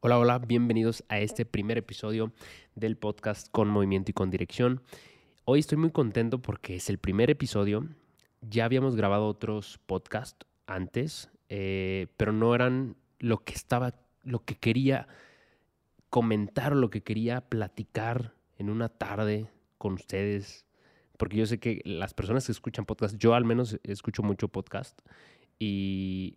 Hola, hola, bienvenidos a este primer episodio del podcast Con Movimiento y con Dirección. Hoy estoy muy contento porque es el primer episodio. Ya habíamos grabado otros podcasts antes, pero no eran lo que quería comentar o lo que quería platicar en una tarde con ustedes. Porque yo sé que las personas que escuchan podcast, yo al menos escucho mucho podcast y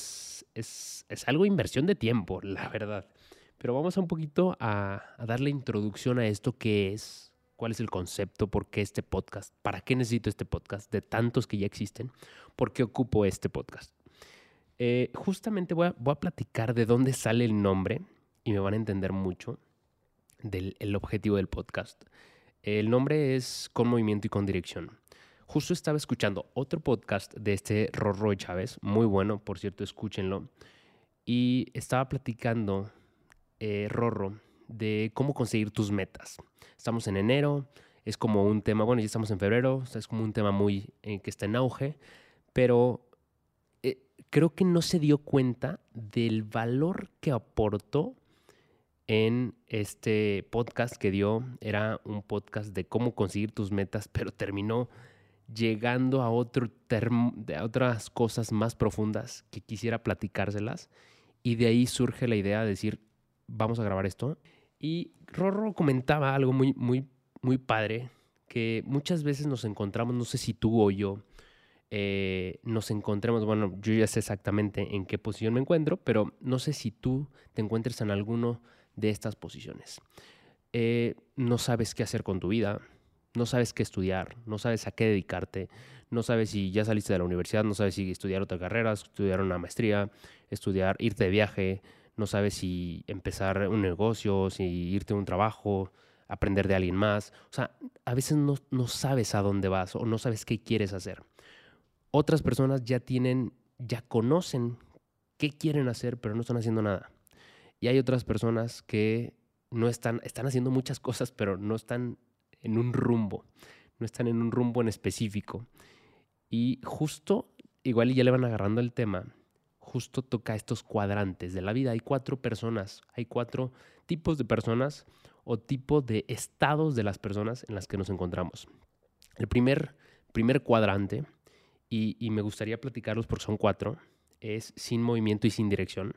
es algo de inversión de tiempo, la verdad. Pero vamos a un poquito a darle introducción a esto, qué es, cuál es el concepto, por qué este podcast, para qué necesito este podcast, de tantos que ya existen, por qué ocupo este podcast. Justamente voy a platicar de dónde sale el nombre y me van a entender mucho del el objetivo del podcast. El nombre es Con Movimiento y con Dirección. Justo estaba escuchando otro podcast de este Rorro Chávez, muy bueno, por cierto, escúchenlo. Y estaba platicando Rorro de cómo conseguir tus metas. Estamos en enero, es como un tema, bueno, ya estamos en febrero, o sea, es como un tema muy que está en auge, pero creo que no se dio cuenta del valor que aportó en este podcast que dio. Era un podcast de cómo conseguir tus metas, pero terminó llegando a a otras cosas más profundas que quisiera platicárselas. Y de ahí surge la idea de decir, vamos a grabar esto. Y Rorro comentaba algo muy padre, que muchas veces nos encontramos, no sé si tú o yo, nos encontremos, bueno, yo ya sé exactamente en qué posición me encuentro, pero no sé si tú te encuentres en alguno de estas posiciones. No sabes qué hacer con tu vida, no sabes qué estudiar, no sabes a qué dedicarte, no sabes si ya saliste de la universidad, no sabes si estudiar otra carrera, estudiar una maestría, irte de viaje, no sabes si empezar un negocio, si irte a un trabajo, aprender de alguien más. O sea, a veces no sabes a dónde vas o no sabes qué quieres hacer. Otras personas ya conocen qué quieren hacer, pero no están haciendo nada. Y hay otras personas que están haciendo muchas cosas, pero no están en un rumbo, no están en un rumbo en específico. Y justo, igual ya le van agarrando el tema, justo toca estos cuadrantes de la vida. Hay hay cuatro tipos de personas o tipo de estados de las personas en las que nos encontramos. El primer cuadrante, y me gustaría platicarlos porque son cuatro, es sin movimiento y sin dirección.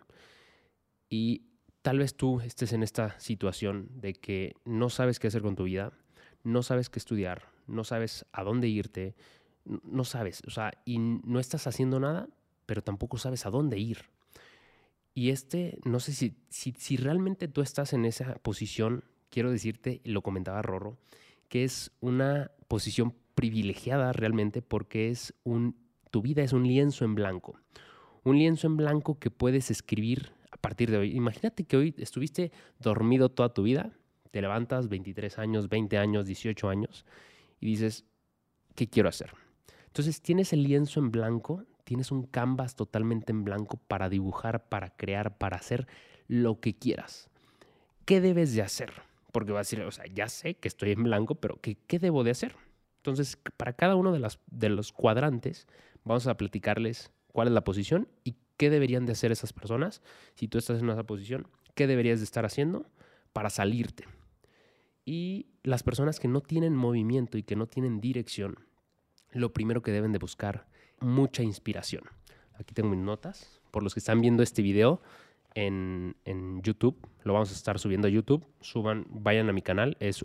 Y tal vez tú estés en esta situación de que no sabes qué hacer con tu vida, no sabes qué estudiar, no sabes a dónde irte, no sabes, o sea, y no estás haciendo nada, pero tampoco sabes a dónde ir. Y no sé si realmente tú estás en esa posición, quiero decirte, lo comentaba Rorro, que es una posición privilegiada realmente porque tu vida es un lienzo en blanco. Un lienzo en blanco que puedes escribir a partir de hoy. Imagínate que hoy estuviste dormido toda tu vida, te levantas 23 años, 20 años, 18 años y dices, ¿qué quiero hacer? Entonces tienes el lienzo en blanco, tienes un canvas totalmente en blanco para dibujar, para crear, para hacer lo que quieras. ¿Qué debes de hacer? Porque vas a decir, o sea, ya sé que estoy en blanco, pero ¿qué debo de hacer? Entonces, para cada uno de los cuadrantes, vamos a platicarles cuál es la posición y qué deberían de hacer esas personas. Si tú estás en esa posición, ¿qué deberías de estar haciendo para salirte? Y las personas que no tienen movimiento y que no tienen dirección, lo primero que deben de buscar, mucha inspiración. Aquí tengo mis notas. Por los que están viendo este video en YouTube, lo vamos a estar subiendo a YouTube. Vayan a mi canal, es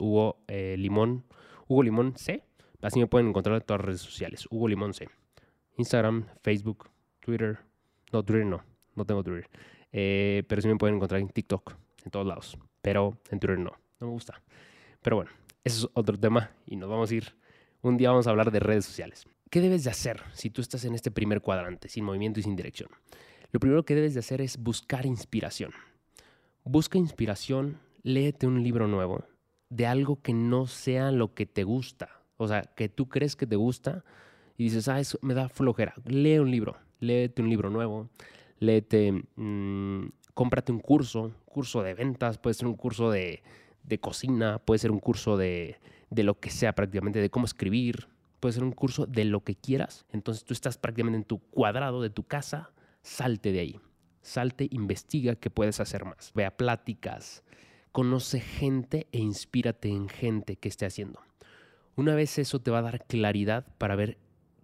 Hugo Limón C. Así me pueden encontrar en todas las redes sociales, Hugo Limón C. Instagram, Facebook, Twitter. No, Twitter no tengo Twitter. Pero sí me pueden encontrar en TikTok, en todos lados. Pero en Twitter no me gusta. Pero bueno, eso es otro tema y nos vamos a ir. Un día vamos a hablar de redes sociales. ¿Qué debes de hacer si tú estás en este primer cuadrante, sin movimiento y sin dirección? Lo primero que debes de hacer es buscar inspiración. Busca inspiración, léete un libro nuevo de algo que no sea lo que te gusta. O sea, que tú crees que te gusta y dices, eso me da flojera. Lee un libro, léete un libro nuevo, cómprate un curso de ventas, puede ser un curso de cocina, puede ser un curso de lo que sea prácticamente, de cómo escribir, puede ser un curso de lo que quieras. Entonces tú estás prácticamente en tu cuadrado de tu casa, salte de ahí. Salte, investiga qué puedes hacer más. Ve a pláticas, conoce gente e inspírate en gente que esté haciendo. Una vez eso te va a dar claridad para ver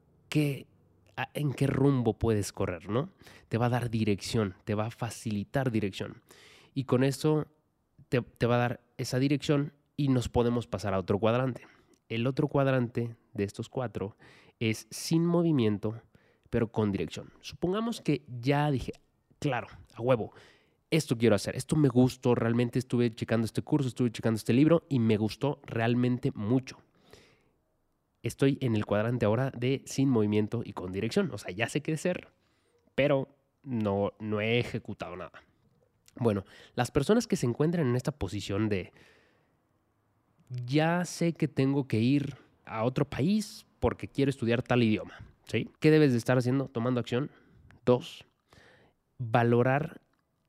en qué rumbo puedes correr, ¿no? Te va a dar dirección, te va a facilitar dirección. Y con eso te va a dar esa dirección y nos podemos pasar a otro cuadrante. El otro cuadrante de estos 4 es sin movimiento, pero con dirección. Supongamos que ya dije, claro, a huevo, esto quiero hacer, esto me gustó, realmente estuve checando este curso, estuve checando este libro y me gustó realmente mucho. Estoy en el cuadrante ahora de sin movimiento y con dirección. O sea, ya sé qué hacer, pero no he ejecutado nada. Bueno, las personas que se encuentran en esta posición de ya sé que tengo que ir a otro país porque quiero estudiar tal idioma, ¿sí? ¿Qué debes de estar haciendo? Tomando acción. 2, valorar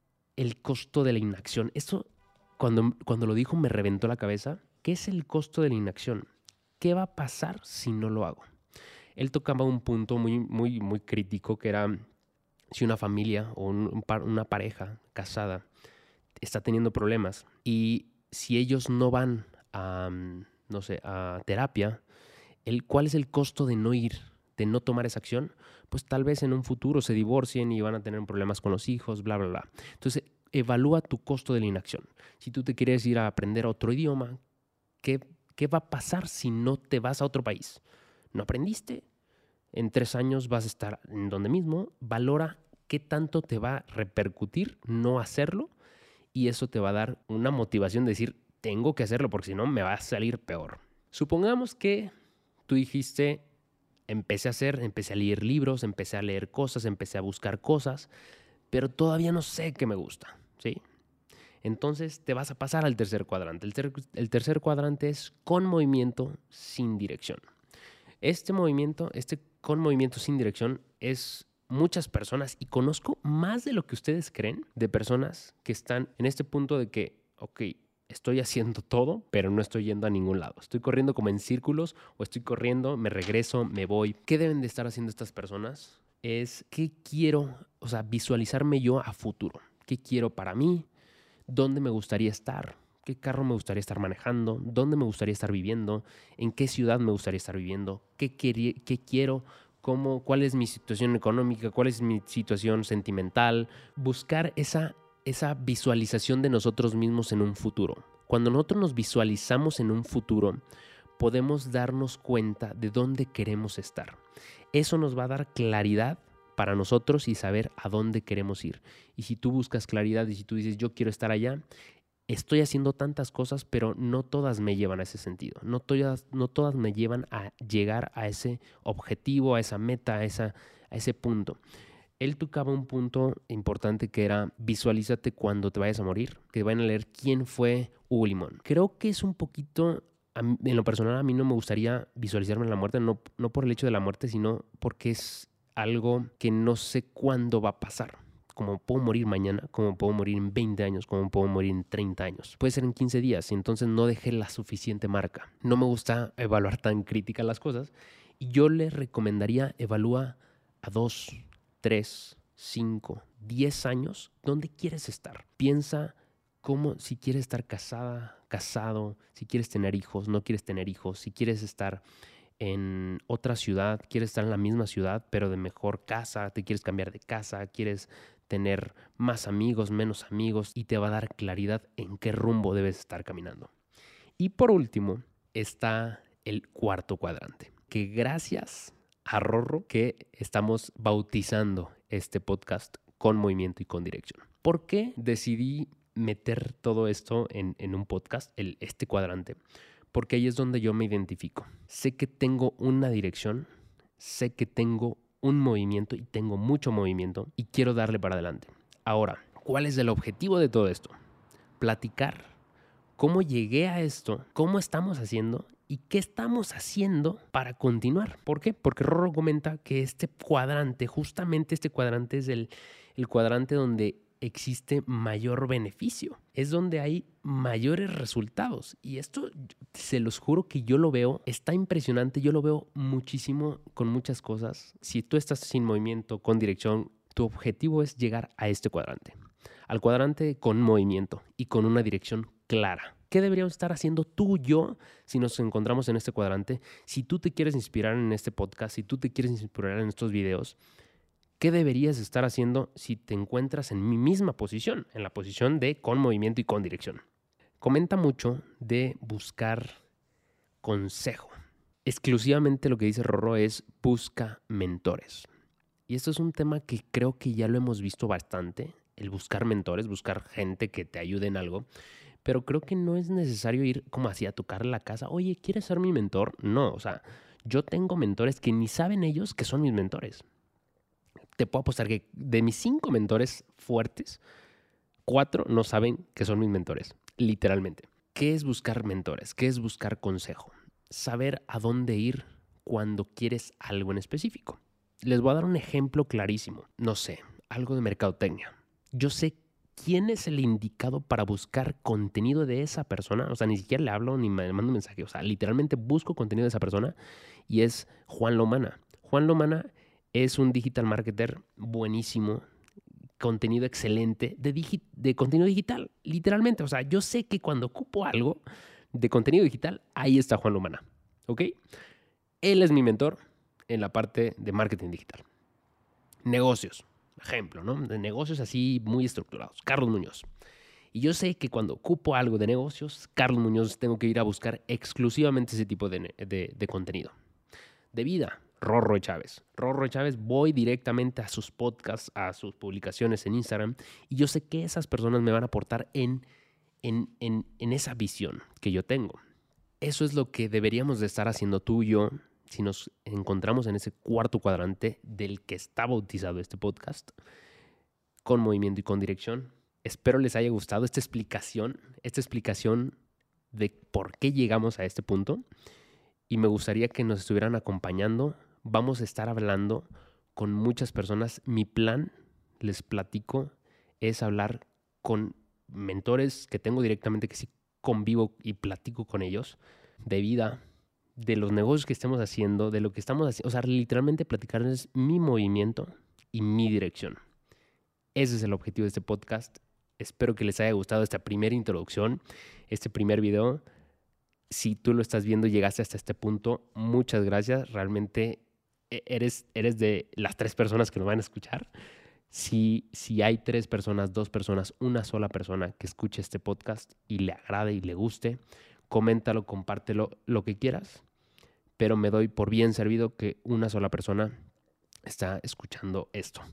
el costo de la inacción. Esto, cuando lo dijo, me reventó la cabeza. ¿Qué es el costo de la inacción? ¿Qué va a pasar si no lo hago? Él tocaba un punto muy crítico, que era si una familia o una pareja casada está teniendo problemas y si ellos no van a, no sé, a terapia, ¿cuál es el costo de no ir, de no tomar esa acción? Pues tal vez en un futuro se divorcien y van a tener problemas con los hijos, bla, bla, bla. Entonces, evalúa tu costo de la inacción. Si tú te quieres ir a aprender otro idioma, ¿qué va a pasar si no te vas a otro país? ¿No aprendiste? En 3 años vas a estar en donde mismo. Valora qué tanto te va a repercutir no hacerlo y eso te va a dar una motivación de decir, tengo que hacerlo porque si no me va a salir peor. Supongamos que tú dijiste, empecé a leer libros, empecé a leer cosas, empecé a buscar cosas, pero todavía no sé qué me gusta, ¿sí? Entonces te vas a pasar al tercer cuadrante. El tercer cuadrante es con movimiento sin dirección. Este con movimiento sin dirección es muchas personas, y conozco más de lo que ustedes creen, de personas que están en este punto de que, ok, estoy haciendo todo, pero no estoy yendo a ningún lado. Estoy corriendo como en círculos o estoy corriendo, me regreso, me voy. ¿Qué deben de estar haciendo estas personas? Es qué quiero, o sea, visualizarme yo a futuro. ¿Qué quiero para mí? ¿Dónde me gustaría estar? ¿Qué carro me gustaría estar manejando? ¿Dónde me gustaría estar viviendo? ¿En qué ciudad me gustaría estar viviendo? ¿Qué quiero? ¿Cuál es mi situación económica? ¿Cuál es mi situación sentimental? Buscar esa visualización de nosotros mismos en un futuro. Cuando nosotros nos visualizamos en un futuro, podemos darnos cuenta de dónde queremos estar. Eso nos va a dar claridad para nosotros y saber a dónde queremos ir. Y si tú buscas claridad y si tú dices, yo quiero estar allá, estoy haciendo tantas cosas, pero no todas me llevan a ese sentido. No todas me llevan a llegar a ese objetivo, a esa meta, a ese punto. Él tocaba un punto importante que era visualízate cuando te vayas a morir, que van a leer quién fue Hugo Limón. Creo que es un poquito, en lo personal a mí no me gustaría visualizarme en la muerte, no por el hecho de la muerte, sino porque es algo que no sé cuándo va a pasar. Como puedo morir mañana, como puedo morir en 20 años, como puedo morir en 30 años. Puede ser en 15 días y entonces no dejé la suficiente marca. No me gusta evaluar tan críticas las cosas y yo le recomendaría evalúa a 2, 3, 5, 10 años dónde quieres estar. Piensa si quieres estar casado, si quieres tener hijos, no quieres tener hijos, si quieres estar en otra ciudad, quieres estar en la misma ciudad, pero de mejor casa, te quieres cambiar de casa, quieres tener más amigos, menos amigos, y te va a dar claridad en qué rumbo debes estar caminando. Y por último está el cuarto cuadrante, que gracias a Rorro que estamos bautizando este podcast con movimiento y con dirección. ¿Por qué decidí meter todo esto en un podcast, este cuadrante? Porque ahí es donde yo me identifico. Sé que tengo una dirección, sé que tengo un movimiento y tengo mucho movimiento y quiero darle para adelante. Ahora, ¿cuál es el objetivo de todo esto? Platicar cómo llegué a esto, cómo estamos haciendo y qué estamos haciendo para continuar. ¿Por qué? Porque Rorro comenta que justamente este cuadrante es el cuadrante donde existe mayor beneficio. Es donde hay mayores resultados. Y esto, se los juro que yo lo veo, está impresionante. Yo lo veo muchísimo con muchas cosas. Si tú estás sin movimiento, con dirección, Tu objetivo es llegar a este cuadrante, al cuadrante con movimiento y con una dirección clara. ¿Qué deberíamos estar haciendo tú y yo si nos encontramos en este cuadrante? Si tú te quieres inspirar en este podcast, si tú te quieres inspirar en estos videos, ¿qué deberías estar haciendo si te encuentras en mi misma posición, en la posición de con movimiento y con dirección? Comenta mucho de buscar consejo. Exclusivamente lo que dice Rorro es busca mentores. Y esto es un tema que creo que ya lo hemos visto bastante, el buscar mentores, buscar gente que te ayude en algo. Pero creo que no es necesario ir como así a tocarle la casa. Oye, ¿quieres ser mi mentor? No, o sea, yo tengo mentores que ni saben ellos que son mis mentores. Te puedo apostar que de mis 5 mentores fuertes, 4 no saben que son mis mentores, literalmente. ¿Qué es buscar mentores? ¿Qué es buscar consejo? Saber a dónde ir cuando quieres algo en específico. Les voy a dar un ejemplo clarísimo. No sé, algo de mercadotecnia. Yo sé quién es el indicado para buscar contenido de esa persona. O sea, ni siquiera le hablo ni me mando un mensaje. O sea, literalmente busco contenido de esa persona y es Juan Lomana. Juan Lomana es un digital marketer buenísimo, contenido excelente de contenido digital, literalmente. O sea, yo sé que cuando ocupo algo de contenido digital, ahí está Juan Lomana, ¿ok? Él es mi mentor en la parte de marketing digital. Negocios, ejemplo, ¿no? De negocios así muy estructurados. Carlos Muñoz. Y yo sé que cuando ocupo algo de negocios, Carlos Muñoz, tengo que ir a buscar exclusivamente ese tipo de contenido. De vida, Rorro Chávez. Rorro Chávez, voy directamente a sus podcasts, a sus publicaciones en Instagram, y yo sé que esas personas me van a aportar en esa visión que yo tengo. Eso es lo que deberíamos de estar haciendo tú y yo si nos encontramos en ese cuarto cuadrante del que está bautizado este podcast, con movimiento y con dirección. Espero les haya gustado esta explicación de por qué llegamos a este punto, y me gustaría que nos estuvieran acompañando. Vamos a estar hablando con muchas personas. Mi plan, les platico, es hablar con mentores que tengo directamente, que sí convivo y platico con ellos, de vida, de los negocios que estemos haciendo, de lo que estamos haciendo. O sea, literalmente platicarles mi movimiento y mi dirección. Ese es el objetivo de este podcast. Espero que les haya gustado esta primera introducción, este primer video. Si tú lo estás viendo y llegaste hasta este punto, muchas gracias. Realmente eres de las 3 personas que nos van a escuchar. Si hay 3 personas, 2 personas, una sola persona que escuche este podcast y le agrade y le guste, coméntalo, compártelo, lo que quieras. Pero me doy por bien servido que una sola persona está escuchando esto.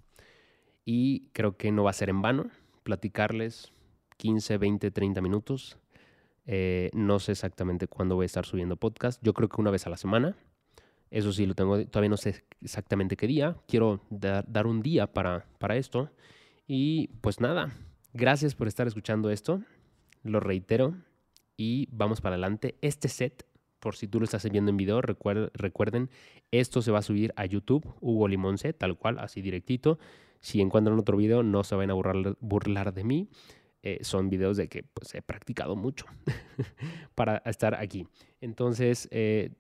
Y creo que no va a ser en vano platicarles 15, 20, 30 minutos. No sé exactamente cuándo voy a estar subiendo podcast. Yo creo que una vez a la semana. Eso sí, lo tengo, todavía no sé exactamente qué día. Quiero dar un día para esto. Y pues nada, gracias por estar escuchando esto. Lo reitero y vamos para adelante. Este set, por si tú lo estás viendo en video, recuerden, esto se va a subir a YouTube, Hugo Limonce, tal cual, así directito. Si encuentran otro video, no se vayan a burlar de mí. Son videos de que pues, he practicado mucho para estar aquí. Entonces,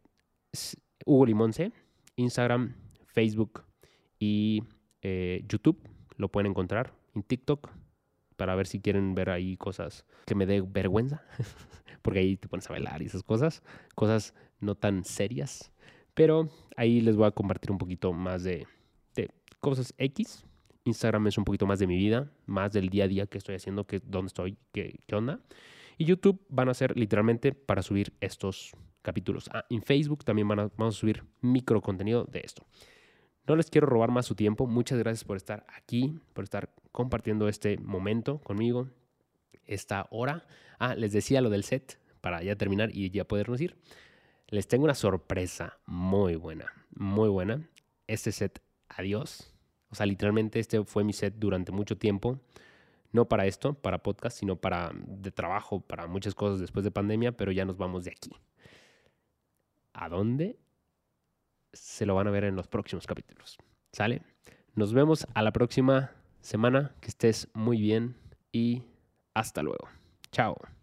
Hugo Limonce, Instagram, Facebook y YouTube, lo pueden encontrar en TikTok para ver si quieren ver ahí cosas que me dé vergüenza, porque ahí te pones a bailar y esas cosas no tan serias, pero ahí les voy a compartir un poquito más de cosas X. Instagram es un poquito más de mi vida, más del día a día que estoy haciendo, que dónde estoy, qué onda. Y YouTube van a ser literalmente para subir estos capítulos. En Facebook también vamos a subir micro contenido de esto. No les quiero robar más su tiempo. Muchas gracias por estar aquí, por estar compartiendo este momento conmigo, esta hora. Les decía lo del set, para ya terminar y ya podernos ir. Les tengo una sorpresa muy buena, muy buena. Este set, adiós. O sea, literalmente este fue mi set durante mucho tiempo. No para esto, para podcast, sino para de trabajo, para muchas cosas después de pandemia, pero ya nos vamos de aquí. ¿A dónde? Se lo van a ver en los próximos capítulos. ¿Sale? Nos vemos a la próxima semana. Que estés muy bien y hasta luego. Chao.